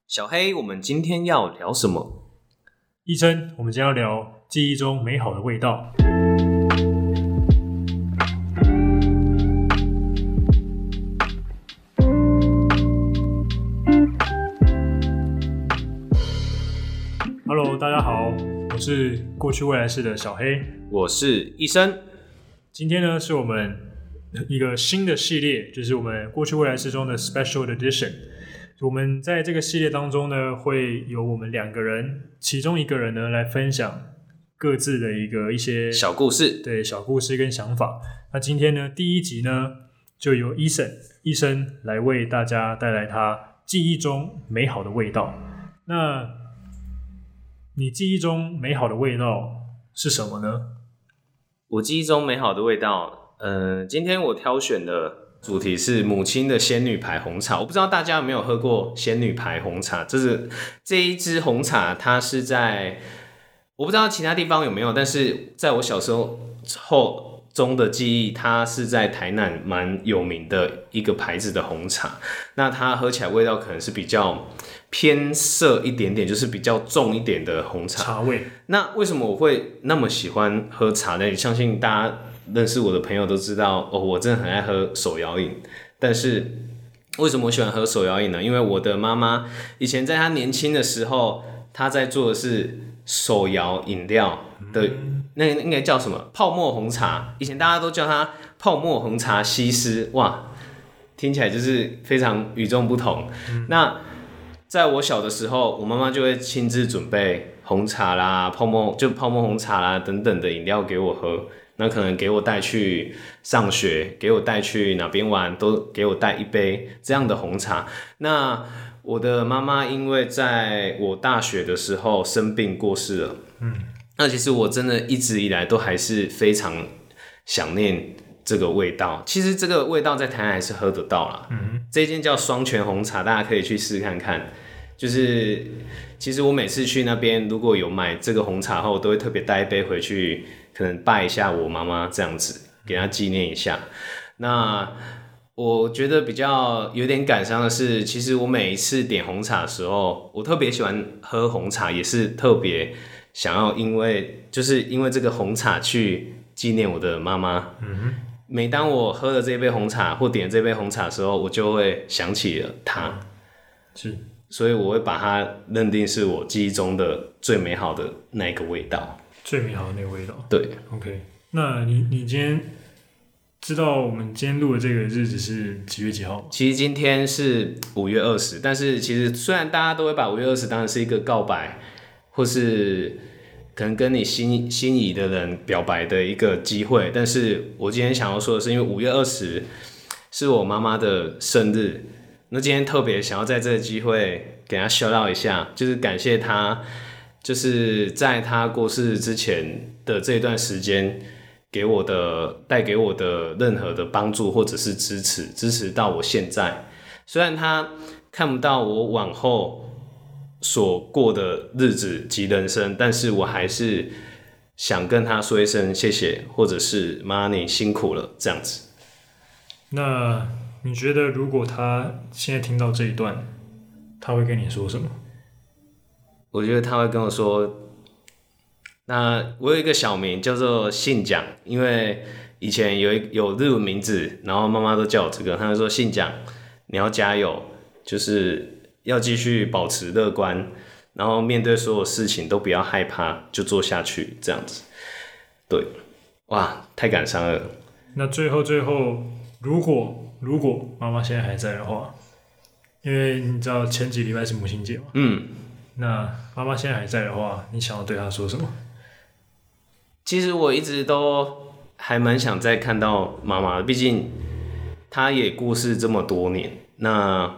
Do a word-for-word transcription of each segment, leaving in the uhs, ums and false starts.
小黑，我们今天要聊什么？ 医生，我们今天要聊记忆中美好的味道。Hello， 大家好，我是过去未来式的小黑， 我是医生。 今天呢，是我们一个新的系列，就是我们过去未来式中的 Special Edition。我们在这个系列当中呢，会有我们两个人，其中一个人呢来分享各自的一个一些小故事， 对小故事跟想法。那今天呢，第一集呢，就由医生医生来为大家带来他记忆中美好的味道。那你记忆中美好的味道是什么呢？ 我记忆中美好的味道，呃，今天我挑选的主题是母亲的仙女牌红茶。我不知道大家有没有喝过仙女牌红茶，这是这一支红茶，它是在我不知道其他地方有没有，但是在我小时候后中的记忆，它是在台南蛮有名的一个牌子的红茶。那它喝起来味道可能是比较偏涩一点点，就是比较重一点的红茶茶味。 那为什么我会那么喜欢喝茶呢？相信大家认识我的朋友都知道，哦，我真的很爱喝手摇饮。但是为什么我喜欢喝手摇饮呢？因为我的妈妈以前在她年轻的时候，她在做的是手摇饮料的，那个应该叫什么？泡沫红茶。以前大家都叫它泡沫红茶西施，哇，听起来就是非常与众不同。嗯、那在我小的时候，我妈妈就会亲自准备红茶啦、泡沫就泡沫红茶啦等等的饮料给我喝。那可能给我带去上学，给我带去哪边玩，都给我带一杯这样的红茶。那我的妈妈因为在我大学的时候生病过世了，嗯，那其实我真的一直以来都还是非常想念这个味道。其实这个味道在台南还是喝得到啦，嗯，这间叫双泉红茶，大家可以去试看看。就是其实我每次去那边，如果有买这个红茶后，我都会特别带一杯回去，可能拜一下我妈妈这样子，给她纪念一下。那我觉得比较有点感伤的是，其实我每一次点红茶的时候，我特别喜欢喝红茶，也是特别想要因为就是因为这个红茶去纪念我的妈妈。嗯，每当我喝了这杯红茶或点了这杯红茶的时候，我就会想起了她。 是。 所以我会把它认定是我记忆中的最美好的那个味道， 最美好的那个味道。 对 ，OK。那你你今天知道我们今天录的这个日子是几月几号吗？ 其实今天是五月二十，但是其实虽然大家都会把五月二十当成是一个告白，或是可能跟你心心仪的人表白的一个机会，但是我今天想要说的是，因为五月二十是我妈妈的生日。那今天特别想要在这个机会给他 shout out 一下，就是感谢他，就是在他过世之前的这段时间，给我的带给我的任何的帮助或者是支持，支持到我现在。虽然他看不到我往后所过的日子及人生，但是我还是想跟他说一声谢谢，或者是妈你辛苦了这样子。 那你觉得如果他现在听到这一段，他会跟你说什么？ 我觉得他会跟我说，那我有一个小名叫做信奖，因为以前有有日文名字，然后妈妈都叫我这个，他就说信奖，你要加油，就是要继续保持乐观，然后面对所有事情都不要害怕，就做下去这样子。对，哇，太感伤了。 那最后最后，如果如果妈妈现在还在的话，因为你知道前几礼拜是母亲节嘛，嗯，那妈妈现在还在的话，你想要对她说什么？ 其实我一直都还蛮想再看到妈妈的，毕竟她也过世这么多年。那，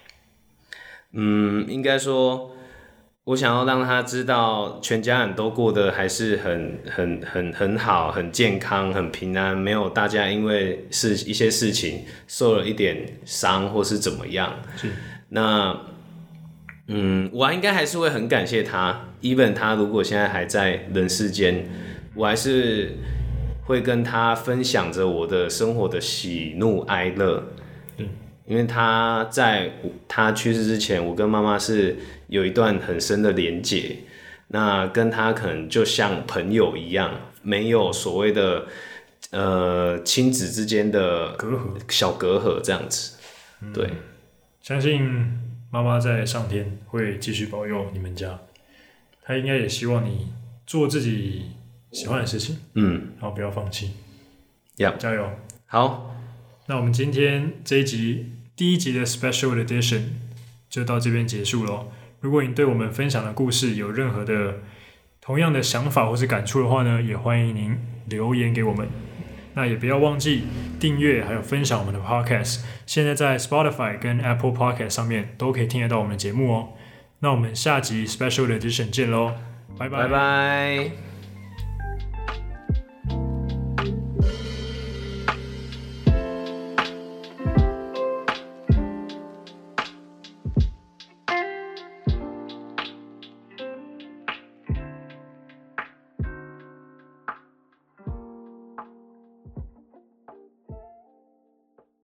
嗯，应该说，我想要让她知道，全家人都过得还是很很很很好，很健康，很平安，没有大家因为是一些事情受了一点伤或是怎么样。 是。 那，嗯，我应该还是会很感谢他 ，even 他如果现在还在人世间，我还是会跟他分享着我的生活的喜怒哀乐。 嗯， 因为他在他去世之前，我跟妈妈是有一段很深的连结，那跟他可能就像朋友一样，没有所谓的呃亲子之间的隔阂、 小隔阂这样子。嗯、对， 相信妈妈在上天会继续保佑你们家，她应该也希望你做自己喜欢的事情，嗯，然后不要放弃， Yep. 加油！ 好， 那我们今天这一集第一集的 Special Edition 就到这边结束了。如果你对我们分享的故事有任何的同样的想法或是感触的话呢，也欢迎您留言给我们。那也不要忘记订阅还有分享我们的 Podcast， 现在在 Spotify 跟 Apple Podcast 上面都可以听得到我们的节目哦。那我们下集 Special Edition 见咯，拜拜。 拜拜。